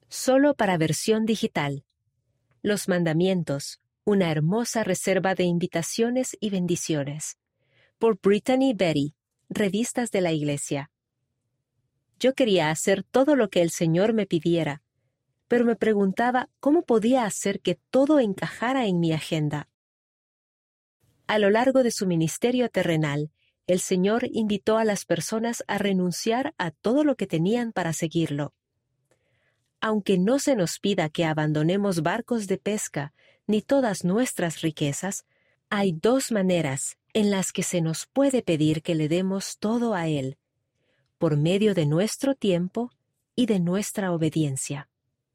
Solo para versión digital. Los mandamientos, una hermosa reserva de invitaciones y bendiciones. Por Brittany Betty, Revistas de la Iglesia. Yo quería hacer todo lo que el Señor me pidiera, pero me preguntaba cómo podía hacer que todo encajara en mi agenda. A lo largo de su ministerio terrenal, el Señor invitó a las personas a renunciar a todo lo que tenían para seguirlo. Aunque no se nos pida que abandonemos barcos de pesca ni todas nuestras riquezas, hay dos maneras en las que se nos puede pedir que le demos todo a Él, por medio de nuestro tiempo y de nuestra obediencia.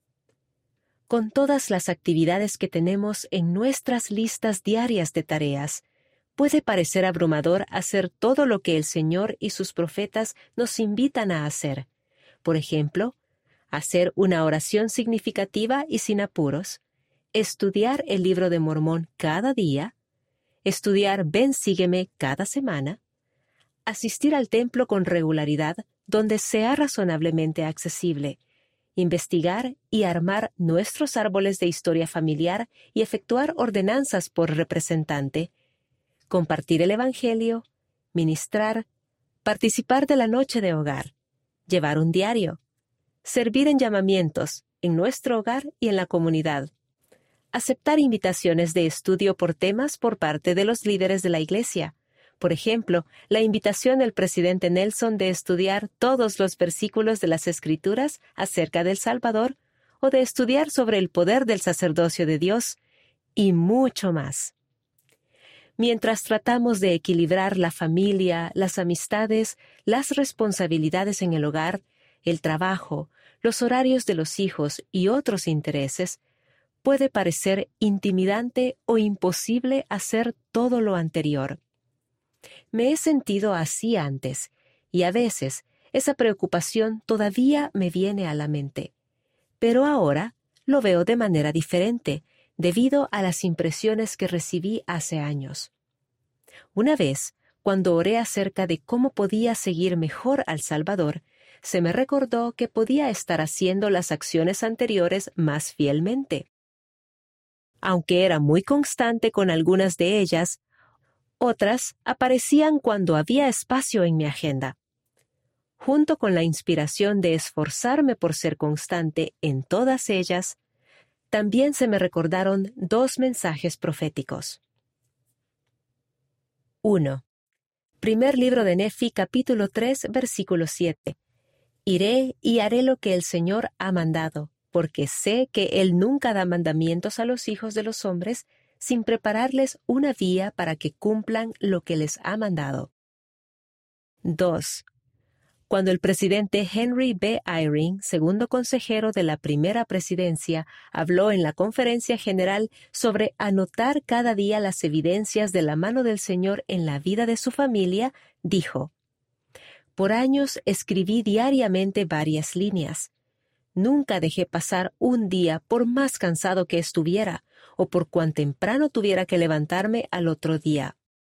Con todas las actividades que tenemos en nuestras listas diarias de tareas, puede parecer abrumador hacer todo lo que el Señor y sus profetas nos invitan a hacer. Por ejemplo, hacer una oración significativa y sin apuros, estudiar el libro de Mormón cada día, estudiar Ven Sígueme cada semana, asistir al templo con regularidad donde sea razonablemente accesible, investigar y armar nuestros árboles de historia familiar y efectuar ordenanzas por representante, compartir el Evangelio, ministrar, participar de la noche de hogar, llevar un diario, servir en llamamientos, en nuestro hogar y en la comunidad, aceptar invitaciones de estudio por temas por parte de los líderes de la Iglesia. Por ejemplo, la invitación del presidente Nelson de estudiar todos los versículos de las Escrituras acerca del Salvador o de estudiar sobre el poder del sacerdocio de Dios, y mucho más. Mientras tratamos de equilibrar la familia, las amistades, las responsabilidades en el hogar, el trabajo, los horarios de los hijos y otros intereses, puede parecer intimidante o imposible hacer todo lo anterior. Me he sentido así antes, y a veces esa preocupación todavía me viene a la mente. Pero ahora lo veo de manera diferente, debido a las impresiones que recibí hace años. Una vez, cuando oré acerca de cómo podía seguir mejor al Salvador, se me recordó que podía estar haciendo las acciones anteriores más fielmente. Aunque era muy constante con algunas de ellas, otras aparecían cuando había espacio en mi agenda. Junto con la inspiración de esforzarme por ser constante en todas ellas, también se me recordaron dos mensajes proféticos. 1. Primer libro de Nefi, capítulo 3, versículo 7. Iré y haré lo que el Señor ha mandado, porque sé que Él nunca da mandamientos a los hijos de los hombres sin prepararles una vía para que cumplan lo que les ha mandado. 2. Cuando el presidente Henry B. Eyring, segundo consejero de la primera presidencia, habló en la conferencia general sobre anotar cada día las evidencias de la mano del Señor en la vida de su familia, dijo: Por años escribí diariamente varias líneas. Nunca dejé pasar un día por más cansado que estuviera o por cuán temprano tuviera que levantarme al otro día.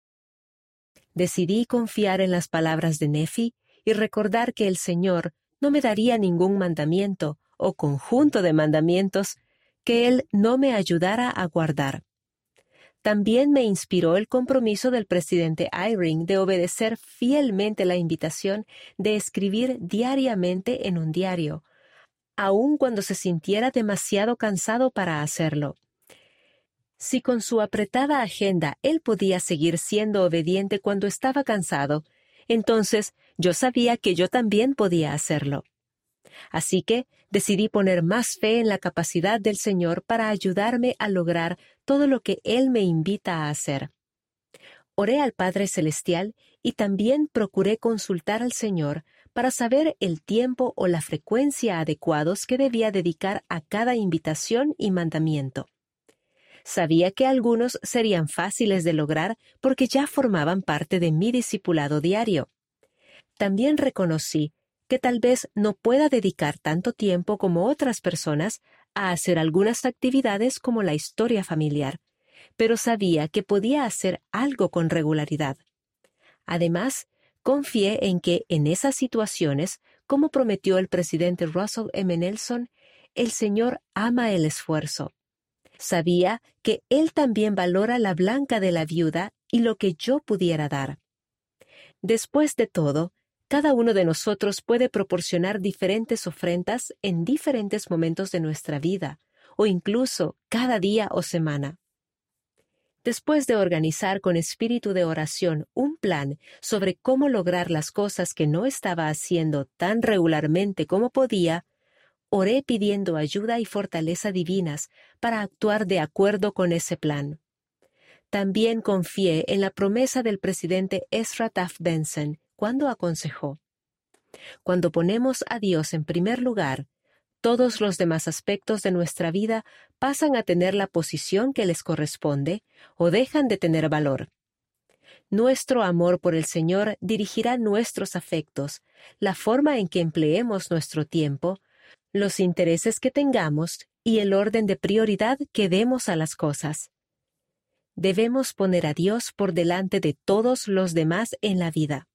Decidí confiar en las palabras de Nefi y recordar que el Señor no me daría ningún mandamiento o conjunto de mandamientos que Él no me ayudara a guardar. También me inspiró el compromiso del presidente Eyring de obedecer fielmente la invitación de escribir diariamente en un diario, aun cuando se sintiera demasiado cansado para hacerlo. Si con su apretada agenda él podía seguir siendo obediente cuando estaba cansado, entonces yo sabía que yo también podía hacerlo. Así que decidí poner más fe en la capacidad del Señor para ayudarme a lograr todo lo que Él me invita a hacer. Oré al Padre Celestial y también procuré consultar al Señor para saber el tiempo o la frecuencia adecuados que debía dedicar a cada invitación y mandamiento. Sabía que algunos serían fáciles de lograr porque ya formaban parte de mi discipulado diario. También reconocí que tal vez no pueda dedicar tanto tiempo como otras personas a hacer algunas actividades como la historia familiar, pero sabía que podía hacer algo con regularidad. Además, confié en que en esas situaciones, como prometió el presidente Russell M. Nelson, el Señor ama el esfuerzo. Sabía que Él también valora la blanca de la viuda y lo que yo pudiera dar. Después de todo, cada uno de nosotros puede proporcionar diferentes ofrendas en diferentes momentos de nuestra vida, o incluso cada día o semana. Después de organizar con espíritu de oración un plan sobre cómo lograr las cosas que no estaba haciendo tan regularmente como podía, oré pidiendo ayuda y fortaleza divinas para actuar de acuerdo con ese plan. También confié en la promesa del presidente Ezra Taft Benson cuando aconsejó: cuando ponemos a Dios en primer lugar, todos los demás aspectos de nuestra vida pasan a tener la posición que les corresponde o dejan de tener valor. Nuestro amor por el Señor dirigirá nuestros afectos, la forma en que empleemos nuestro tiempo, los intereses que tengamos y el orden de prioridad que demos a las cosas. Debemos poner a Dios por delante de todos los demás en la vida.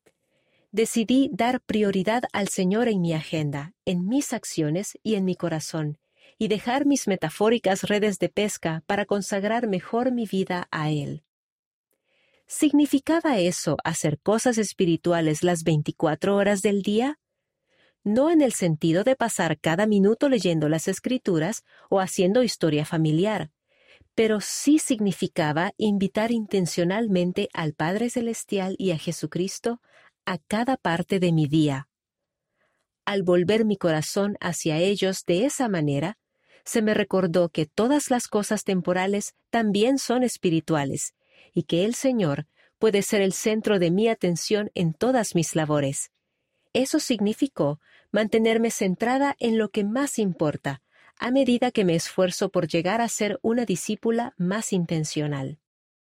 Decidí dar prioridad al Señor en mi agenda, en mis acciones y en mi corazón, y dejar mis metafóricas redes de pesca para consagrar mejor mi vida a Él. ¿Significaba eso hacer cosas espirituales las 24 horas del día? No en el sentido de pasar cada minuto leyendo las Escrituras o haciendo historia familiar, pero sí significaba invitar intencionalmente al Padre Celestial y a Jesucristo a cada parte de mi día. Al volver mi corazón hacia ellos de esa manera, se me recordó que todas las cosas temporales también son espirituales, y que el Señor puede ser el centro de mi atención en todas mis labores. Eso significó mantenerme centrada en lo que más importa, a medida que me esfuerzo por llegar a ser una discípula más intencional.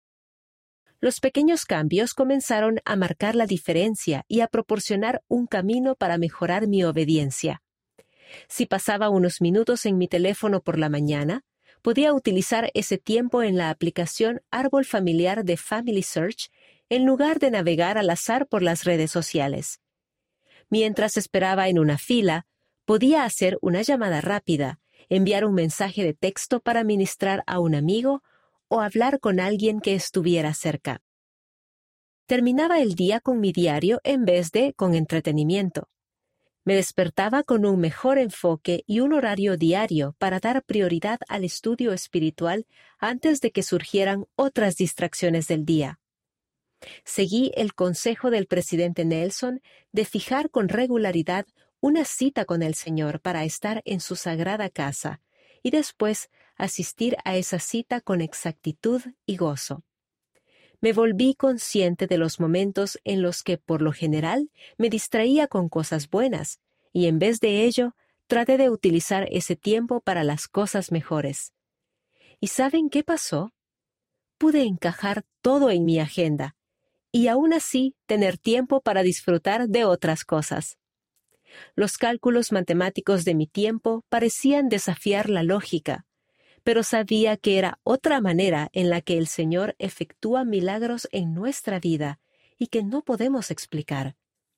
Los pequeños cambios comenzaron a marcar la diferencia y a proporcionar un camino para mejorar mi obediencia. Si pasaba unos minutos en mi teléfono por la mañana, podía utilizar ese tiempo en la aplicación Árbol Familiar de Family Search en lugar de navegar al azar por las redes sociales. Mientras esperaba en una fila, podía hacer una llamada rápida, enviar un mensaje de texto para ministrar a un amigo o hablar con alguien que estuviera cerca. Terminaba el día con mi diario en vez de con entretenimiento. Me despertaba con un mejor enfoque y un horario diario para dar prioridad al estudio espiritual antes de que surgieran otras distracciones del día. Seguí el consejo del presidente Nelson de fijar con regularidad una cita con el Señor para estar en su sagrada casa y después asistir a esa cita con exactitud y gozo. Me volví consciente de los momentos en los que, por lo general, me distraía con cosas buenas, y en vez de ello, traté de utilizar ese tiempo para las cosas mejores. ¿Y saben qué pasó? Pude encajar todo en mi agenda, y aún así tener tiempo para disfrutar de otras cosas. Los cálculos matemáticos de mi tiempo parecían desafiar la lógica, pero sabía que era otra manera en la que el Señor efectúa milagros en nuestra vida y que no podemos explicar.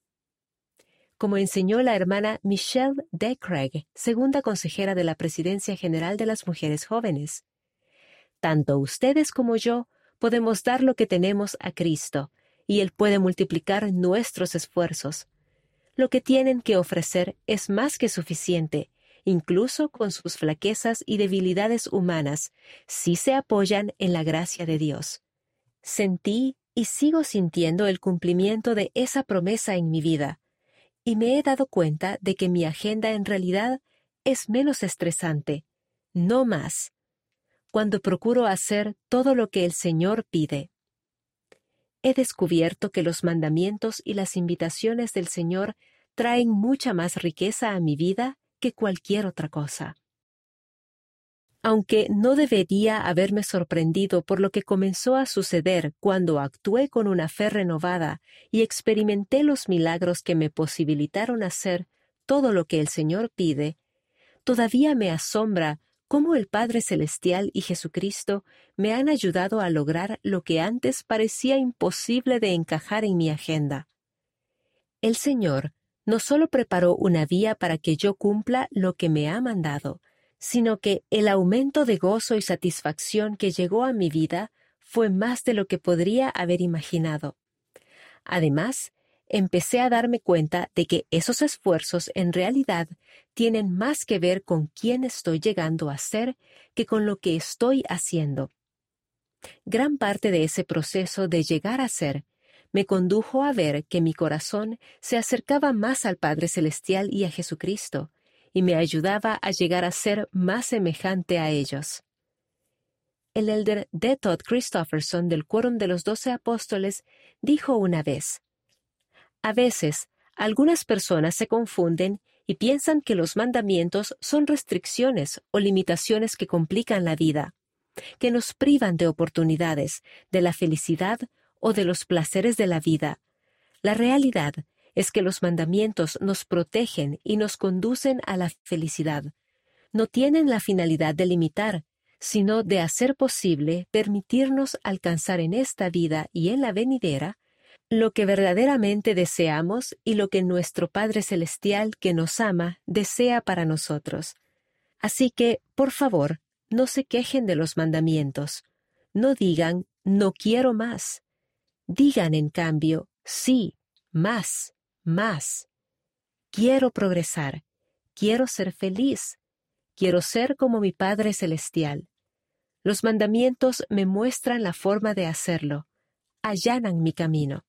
Como enseñó la hermana Michelle D. Craig, segunda consejera de la Presidencia General de las Mujeres Jóvenes, tanto ustedes como yo podemos dar lo que tenemos a Cristo, y Él puede multiplicar nuestros esfuerzos. Lo que tienen que ofrecer es más que suficiente, incluso con sus flaquezas y debilidades humanas, si se apoyan en la gracia de Dios. Sentí y sigo sintiendo el cumplimiento de esa promesa en mi vida, y me he dado cuenta de que mi agenda en realidad es menos estresante, no más, cuando procuro hacer todo lo que el Señor pide. He descubierto que los mandamientos y las invitaciones del Señor traen mucha más riqueza a mi vida que cualquier otra cosa. Aunque no debería haberme sorprendido por lo que comenzó a suceder cuando actué con una fe renovada y experimenté los milagros que me posibilitaron hacer todo lo que el Señor pide, todavía me asombra cómo el Padre Celestial y Jesucristo me han ayudado a lograr lo que antes parecía imposible de encajar en mi agenda. El Señor no solo preparó una vía para que yo cumpla lo que me ha mandado, sino que el aumento de gozo y satisfacción que llegó a mi vida fue más de lo que podría haber imaginado. Además, empecé a darme cuenta de que esos esfuerzos en realidad tienen más que ver con quién estoy llegando a ser que con lo que estoy haciendo. Gran parte de ese proceso de llegar a ser me condujo a ver que mi corazón se acercaba más al Padre Celestial y a Jesucristo, y me ayudaba a llegar a ser más semejante a ellos. El elder D. Todd Christofferson del Quórum de los 12 Apóstoles dijo una vez: a veces, algunas personas se confunden y piensan que los mandamientos son restricciones o limitaciones que complican la vida, que nos privan de oportunidades, de la felicidad o de los placeres de la vida. La realidad es que los mandamientos nos protegen y nos conducen a la felicidad. No tienen la finalidad de limitar, sino de hacer posible permitirnos alcanzar en esta vida y en la venidera lo que verdaderamente deseamos y lo que nuestro Padre Celestial que nos ama desea para nosotros. Así que, por favor, no se quejen de los mandamientos. No digan, no quiero más. Digan, en cambio, sí, más, más. Quiero progresar. Quiero ser feliz. Quiero ser como mi Padre Celestial. Los mandamientos me muestran la forma de hacerlo. Allanan mi camino.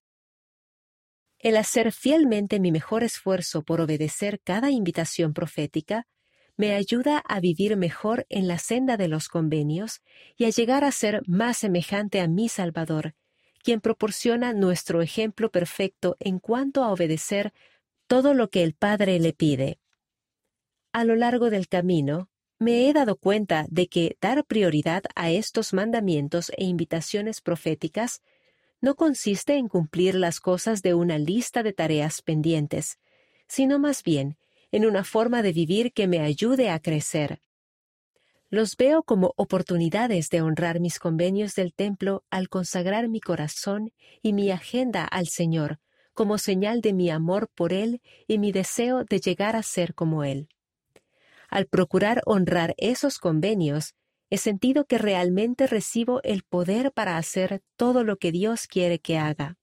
El hacer fielmente mi mejor esfuerzo por obedecer cada invitación profética me ayuda a vivir mejor en la senda de los convenios y a llegar a ser más semejante a mi Salvador, quien proporciona nuestro ejemplo perfecto en cuanto a obedecer todo lo que el Padre le pide. A lo largo del camino, me he dado cuenta de que dar prioridad a estos mandamientos e invitaciones proféticas no consiste en cumplir las cosas de una lista de tareas pendientes, sino más bien en una forma de vivir que me ayude a crecer. Los veo como oportunidades de honrar mis convenios del templo al consagrar mi corazón y mi agenda al Señor, como señal de mi amor por Él y mi deseo de llegar a ser como Él. Al procurar honrar esos convenios, he sentido que realmente recibo el poder para hacer todo lo que Dios quiere que haga.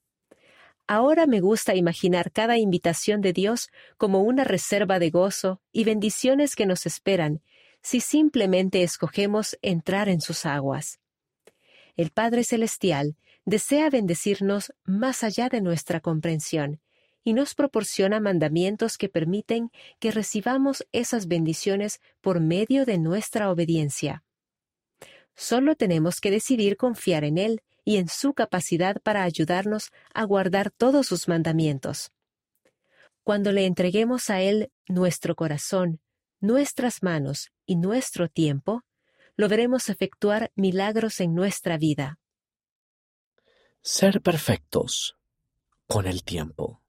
Ahora me gusta imaginar cada invitación de Dios como una reserva de gozo y bendiciones que nos esperan si simplemente escogemos entrar en sus aguas. El Padre Celestial desea bendecirnos más allá de nuestra comprensión y nos proporciona mandamientos que permiten que recibamos esas bendiciones por medio de nuestra obediencia. Solo tenemos que decidir confiar en Él y en su capacidad para ayudarnos a guardar todos sus mandamientos. Cuando le entreguemos a Él nuestro corazón, nuestras manos y nuestro tiempo, lo veremos efectuar milagros en nuestra vida. Ser perfectos con el tiempo.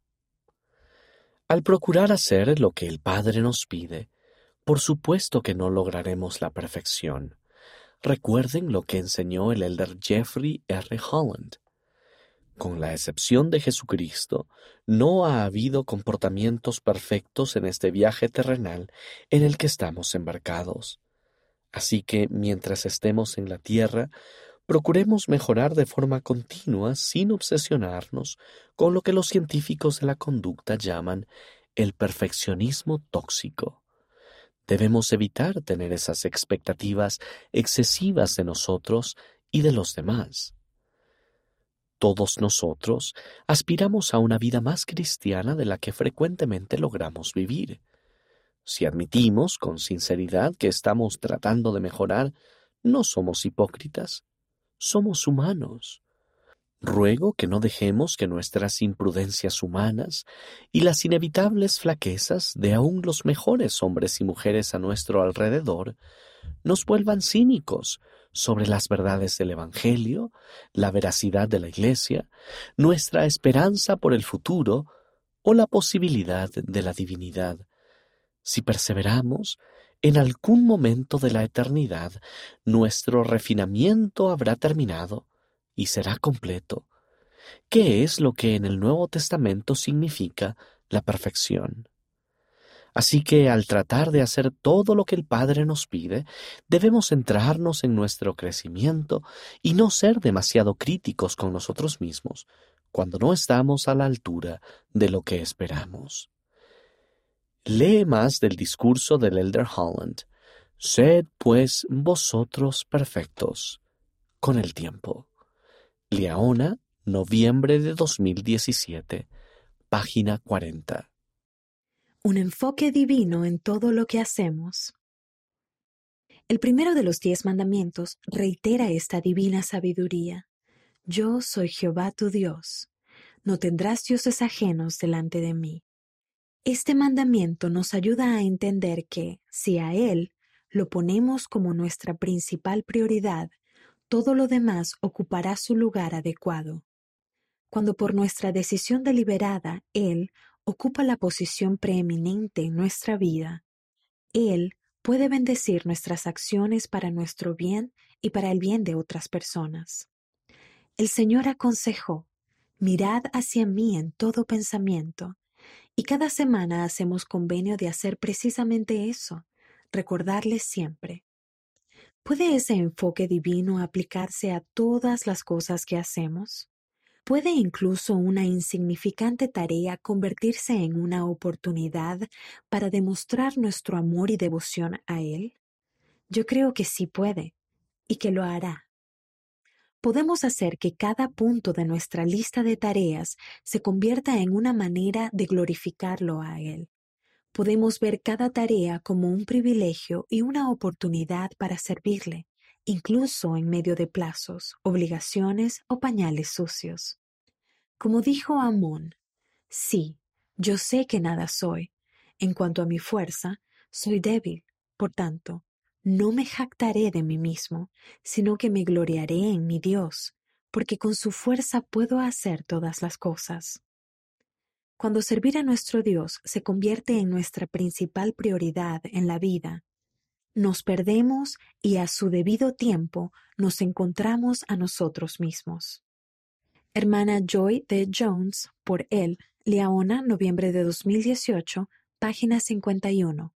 Al procurar hacer lo que el Padre nos pide, por supuesto que no lograremos la perfección. Recuerden lo que enseñó el elder Jeffrey R. Holland. Con la excepción de Jesucristo, no ha habido comportamientos perfectos en este viaje terrenal en el que estamos embarcados. Así que, mientras estemos en la tierra, procuremos mejorar de forma continua sin obsesionarnos con lo que los científicos de la conducta llaman el perfeccionismo tóxico. Debemos evitar tener esas expectativas excesivas de nosotros y de los demás. Todos nosotros aspiramos a una vida más cristiana de la que frecuentemente logramos vivir. Si admitimos con sinceridad que estamos tratando de mejorar, no somos hipócritas, somos humanos. Ruego que no dejemos que nuestras imprudencias humanas y las inevitables flaquezas de aún los mejores hombres y mujeres a nuestro alrededor nos vuelvan cínicos sobre las verdades del Evangelio, la veracidad de la Iglesia, nuestra esperanza por el futuro o la posibilidad de la divinidad. Si perseveramos, en algún momento de la eternidad, nuestro refinamiento habrá terminado y será completo. ¿Qué es lo que en el Nuevo Testamento significa la perfección. Así que al tratar de hacer todo lo que el Padre nos pide, debemos centrarnos en nuestro crecimiento y no ser demasiado críticos con nosotros mismos cuando no estamos a la altura de lo que esperamos. Lee más del discurso del Elder Holland. Sed, pues, vosotros perfectos, con el tiempo. Liaona, noviembre de 2017, página 40. Un enfoque divino en todo lo que hacemos. El primero de los 10 mandamientos reitera esta divina sabiduría. Yo soy Jehová tu Dios. No tendrás dioses ajenos delante de mí. Este mandamiento nos ayuda a entender que, si a Él lo ponemos como nuestra principal prioridad, todo lo demás ocupará su lugar adecuado. Cuando por nuestra decisión deliberada Él ocupa la posición preeminente en nuestra vida, Él puede bendecir nuestras acciones para nuestro bien y para el bien de otras personas. El Señor aconsejó, mirad hacia mí en todo pensamiento, y cada semana hacemos convenio de hacer precisamente eso, recordarles siempre. ¿Puede ese enfoque divino aplicarse a todas las cosas que hacemos? ¿Puede incluso una insignificante tarea convertirse en una oportunidad para demostrar nuestro amor y devoción a Él? Yo creo que sí puede, y que lo hará. Podemos hacer que cada punto de nuestra lista de tareas se convierta en una manera de glorificarlo a Él. Podemos ver cada tarea como un privilegio y una oportunidad para servirle, incluso en medio de plazos, obligaciones o pañales sucios. Como dijo Amón, sí, yo sé que nada soy. En cuanto a mi fuerza, soy débil. Por tanto, no me jactaré de mí mismo, sino que me gloriaré en mi Dios, porque con su fuerza puedo hacer todas las cosas. Cuando servir a nuestro Dios se convierte en nuestra principal prioridad en la vida, nos perdemos y a su debido tiempo nos encontramos a nosotros mismos. Hermana Joy D. Jones, por él, Liaona, noviembre de 2018, página 51.